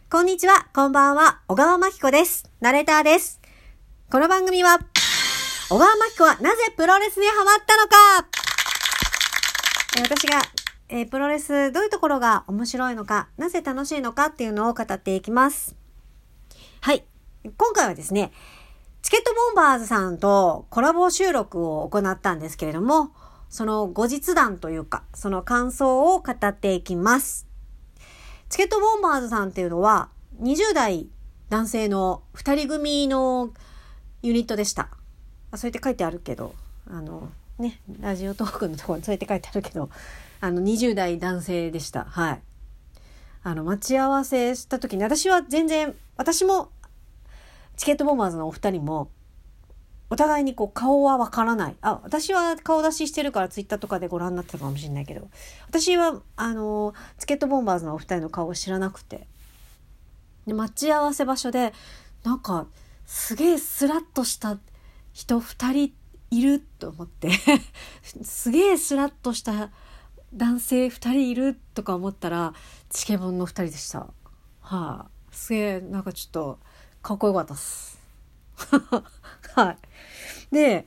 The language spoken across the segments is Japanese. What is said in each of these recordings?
こんにちは、こんばんは、小川真紀子です。ナレーターです。この番組は、小川真紀子はなぜプロレスにハマったのか、私が、プロレスどういうところが面白いのか、なぜ楽しいのかっていうのを語っていきます。はい。今回はですね、チケットボンバーズさんとコラボ収録を行ったんですけれども、その後日談というか、その感想を語っていきます。チケットボンバーズさんっていうのは20代男性の2人組のユニットでした。そうやって書いてあるけど、ラジオトークのところにそうやって書いてあるけど、20代男性でした。はい。待ち合わせした時に私もチケットボンバーズのお二人もお互いに顔はわからない。私は顔出ししてるからツイッターとかでご覧になってたかもしれないけど、私はチケットボンバーズのお二人の顔を知らなくて、で待ち合わせ場所でなんかすげえスラッとした人二人いると思ってすげえスラッとした男性二人いるとか思ったらチケボンの二人でした。すげえなんかちょっとかっこよかったっすはい。で、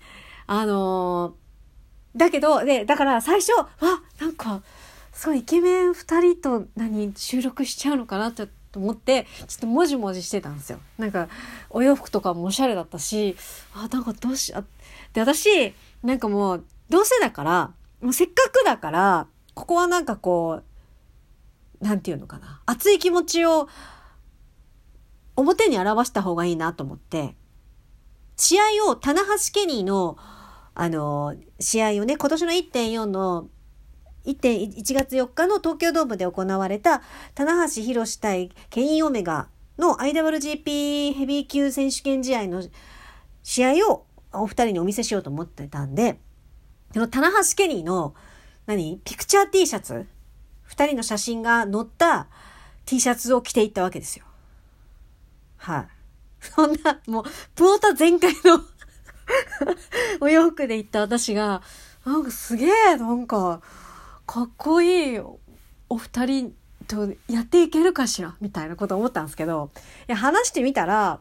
だから最初、なんか、すごいイケメン二人と収録しちゃうのかなと思って、ちょっともじもじしてたんですよ。なんか、お洋服とかもおしゃれだったし、なんかで、私、なんかもう、どうせだから、もうせっかくだから、ここはなんかなんていうのかな、熱い気持ちを表に表した方がいいなと思って、試合を、棚橋ケニーの、試合をね、今年の 1.4 の、1月4日の東京ドームで行われた、棚橋宏対ケニーオメガの IWGP ヘビー級選手権試合の試合をお二人にお見せしようと思ってたんで、その棚橋ケニーの、ピクチャー T シャツ、二人の写真が載った T シャツを着ていったわけですよ。はい。そんな、もう、プオタ全開のお洋服で行った私が、なんかすげえ、かっこいいお二人とやっていけるかしらみたいなことを思ったんですけど、話してみたら、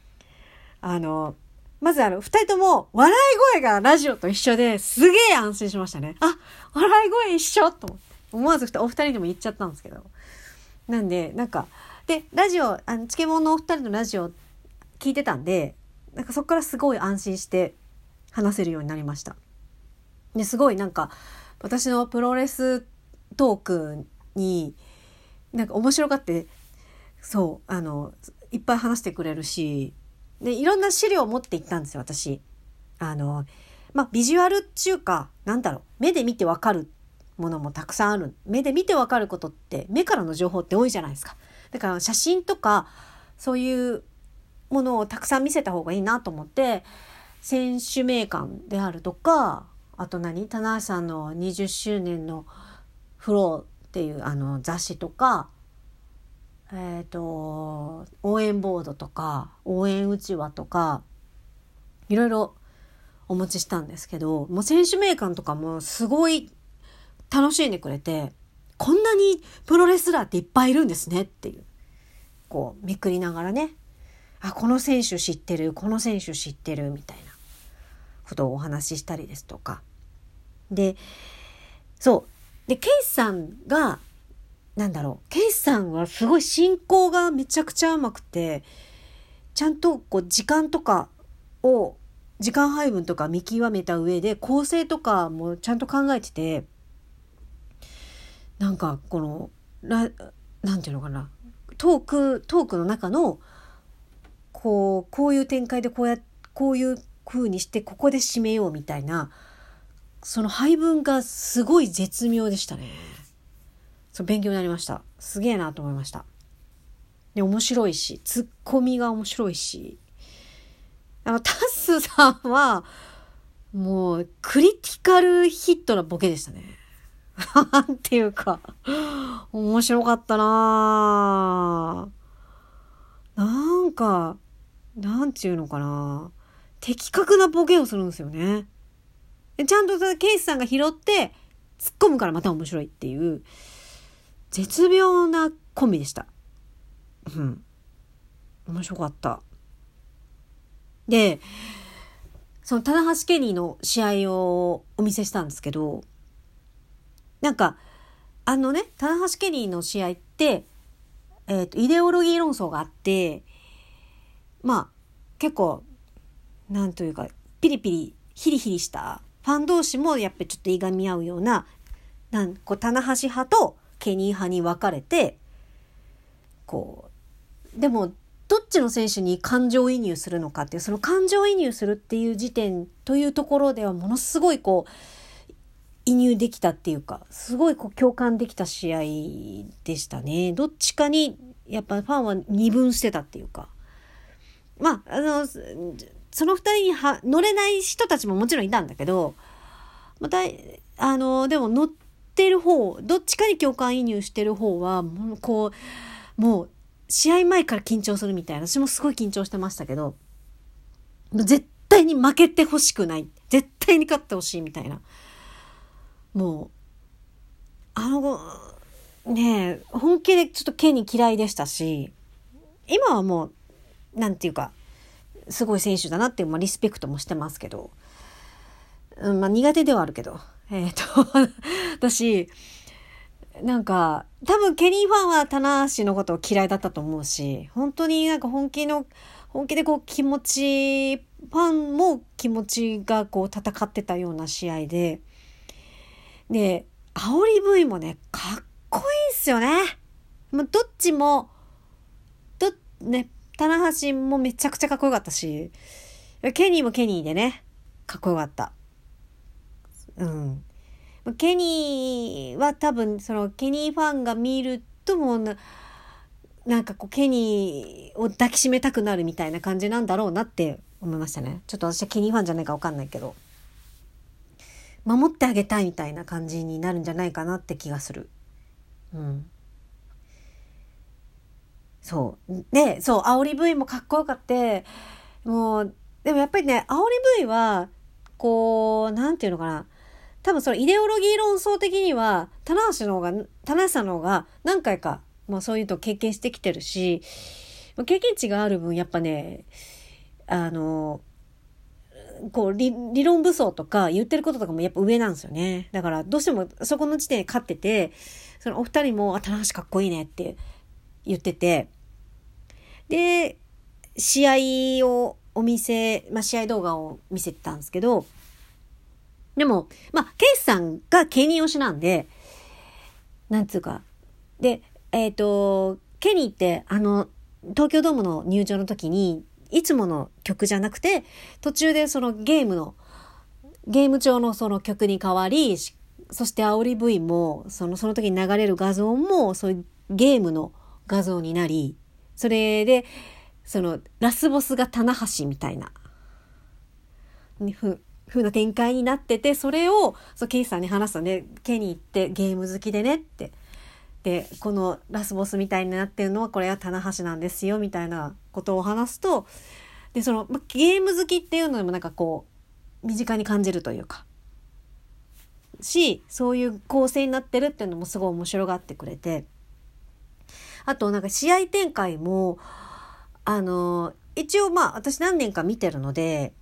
まず二人とも笑い声がラジオと一緒ですげえ安心しましたね。笑い声一緒と思って。思わずお二人でも言っちゃったんですけど。なんで、で、ラジオ、チケモンのお二人のラジオ聞いてたんで、そこからすごい安心して話せるようになりました。で、すごい私のプロレストークに面白がって、そう、いっぱい話してくれるし、で、いろんな資料を持って行ったんですよ、私。ビジュアルっていうか、目で見てわかるものもたくさんある。目で見てわかることって、目からの情報って多いじゃないですか。だから写真とか、そういうものをたくさん見せた方がいいなと思って、選手名鑑であるとか、あと棚橋さんの20周年のフローっていう雑誌とか、応援ボードとか、応援うちわとか、いろいろお持ちしたんですけど、もう選手名鑑とかもすごい楽しんでくれて、こんなにプロレスラーっていっぱいいるんですねっていう、めくりながらね、この選手知ってる、この選手知ってるみたいなことをお話ししたりですとか。で、そう。で、ケイスさんが、ケイスさんはすごい進行がめちゃくちゃうまくて、ちゃんと時間とかを、時間配分とか見極めた上で構成とかもちゃんと考えてて、なんていうのかな、トークの中のこういう展開でこういう風にしてここで締めようみたいな、その配分がすごい絶妙でしたね。勉強になりました。すげえなと思いました。で、面白いし、ツッコミが面白いし、タッスさんはもうクリティカルヒットなボケでしたね。なんていうか、面白かったなぁ。なんていうのかな。的確なボケをするんですよね。でちゃんとケイスさんが拾って突っ込むからまた面白いっていう絶妙なコンビでした。 面白かった。で、その棚橋ケニーの試合をお見せしたんですけど、なんか棚橋ケニーの試合って、イデオロギー論争があって、結構なんというかピリピリヒリヒリしたファン同士もやっぱりちょっといがみ合うような、棚橋派とケニー派に分かれて、でもどっちの選手に感情移入するのかっていう、その感情移入するっていう時点というところではものすごい移入できたっていうか、すごい共感できた試合でしたね。どっちかにやっぱファンは二分してたっていうか、その二人に乗れない人たちももちろんいたんだけど、でも乗ってる方、どっちかに共感移入してる方はもう試合前から緊張するみたいな。私もすごい緊張してましたけど、絶対に負けてほしくない、絶対に勝ってほしいみたいな。もう本気でちょっとケニー嫌いでしたし、今はもうなんていうかすごい選手だなっていう、リスペクトもしてますけど、苦手ではあるけど、私なんか多分ケニーファンは棚橋のことを嫌いだったと思うし、本当になんか本気で気持ち、ファンも気持ちが戦ってたような試合で、煽り V もねかっこいいっすよね。どっちも棚橋もめちゃくちゃかっこよかったし、ケニーもケニーでねかっこよかった。ケニーは多分そのケニーファンが見るともなんかケニーを抱きしめたくなるみたいな感じなんだろうなって思いましたね。ちょっと私はケニーファンじゃないか分かんないけど、守ってあげたいみたいな感じになるんじゃないかなって気がする。煽り V もかっこよかって、もうでもやっぱりね、煽り V はなんていうのかな、多分そのイデオロギー論争的には棚橋さんの方が何回かそういうのを経験してきてるし、経験値がある分やっぱね、理論武装とか言ってることとかもやっぱ上なんですよね。だからどうしてもそこの時点で勝ってて、そのお二人も棚橋かっこいいねって言ってて、で試合動画を見せてたんですけど、でもケイスさんがケニー推しなんで、なんつうかでケニーって東京ドームの入場の時にいつもの曲じゃなくて、途中でそのゲーム調のその曲に変わり、そして煽り V もその時に流れる画像もそういうゲームの画像になり、それでそのラスボスが棚橋みたいな風な展開になってて、それをケイさんに話したね。ケニーってゲーム好きでねって、でこのラスボスみたいになってるのはこれは棚橋なんですよみたいなことを話すと、でそのゲーム好きっていうのもなんか身近に感じるというかし、そういう構成になってるっていうのもすごい面白がってくれて、あとなんか試合展開も一応私何年か見てるので、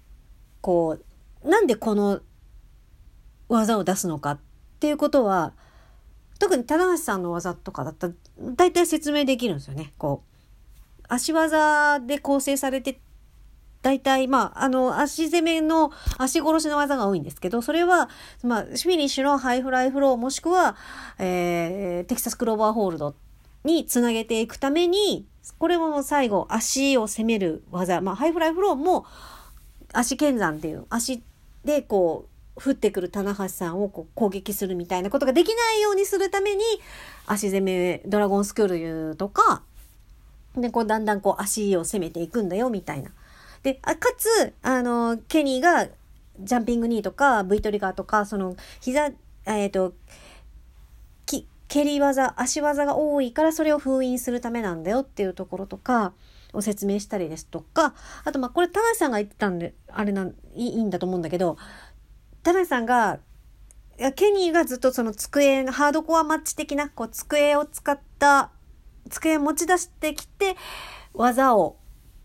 なんでこの技を出すのかっていうことは、特に棚橋さんの技とかだったら大体説明できるんですよね。足技で構成されて、大体足攻めの足殺しの技が多いんですけど、それはフィニッシュのハイフライフローもしくは、テキサスクローバーホールドにつなげていくために、これも最後足を攻める技、ハイフライフローも足剣山っていう足で降ってくる棚橋さんを攻撃するみたいなことができないようにするために、足攻めドラゴンスクールとかでだんだん足を攻めていくんだよみたいな。でかつケニーがジャンピングニーとか V トリガーとか、その膝蹴り技、足技が多いからそれを封印するためなんだよっていうところとかを説明したりですとか、あとこれ田無さんが言ってたんでいいんだと思うんだけど、田無さんがケニーがずっとその机のハードコアマッチ的な机を使った机持ち出してきて、技を、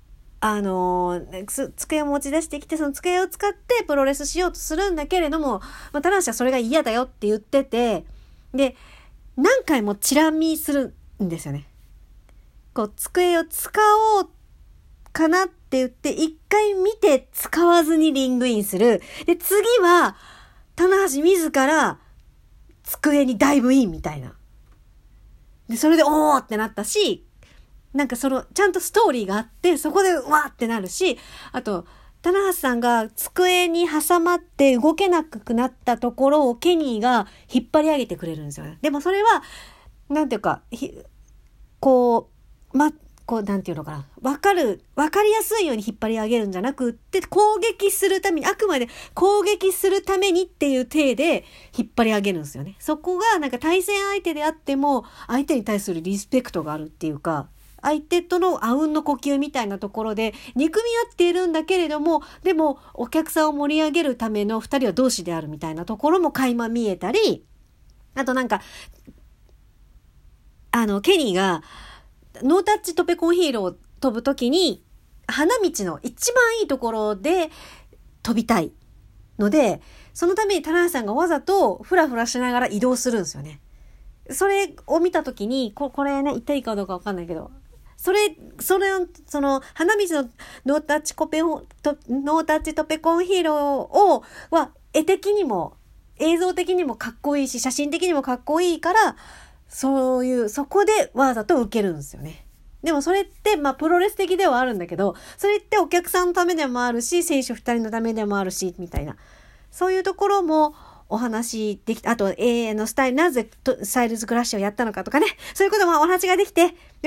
机を持ち出してきて、その机を使ってプロレスしようとするんだけれども、棚橋はそれが嫌だよって言ってて、で、何回もチラ見するんですよね。こう、机を使おうかなって言って、一回見て使わずにリングインする。で、次は、棚橋自ら机にダイブインみたいな。で、それでおーってなったし、なんかちゃんとストーリーがあって、そこでわーってなるし、あと、棚橋さんが机に挟まって動けなくなったところをケニーが引っ張り上げてくれるんですよね。でもそれは、なんていうか、なんていうのかな。わかりやすいように引っ張り上げるんじゃなくって、攻撃するために、あくまで攻撃するためにっていう体で引っ張り上げるんですよね。そこがなんか対戦相手であっても、相手に対するリスペクトがあるっていうか、相手とのあうんの呼吸みたいなところで憎み合っているんだけれども、でもお客さんを盛り上げるための二人は同志であるみたいなところも垣間見えたり、あとなんか、ケニーが、ノータッチトペコンヒーローを飛ぶときに、花道の一番いいところで飛びたいので、そのために棚橋さんがわざとフラフラしながら移動するんですよね。それを見たときに、これね、言っていいかどうかわかんないけど、その花道のノータッチトペコンヒーローは絵的にも映像的にもかっこいいし、写真的にもかっこいいから、そこでわざと受けるんですよね。でもそれって、プロレス的ではあるんだけど、それってお客さんのためでもあるし、選手二人のためでもあるし、みたいな。そういうところもお話できて、あと、なぜスタイルズクラッシュをやったのかとかね、そういうこともお話ができて、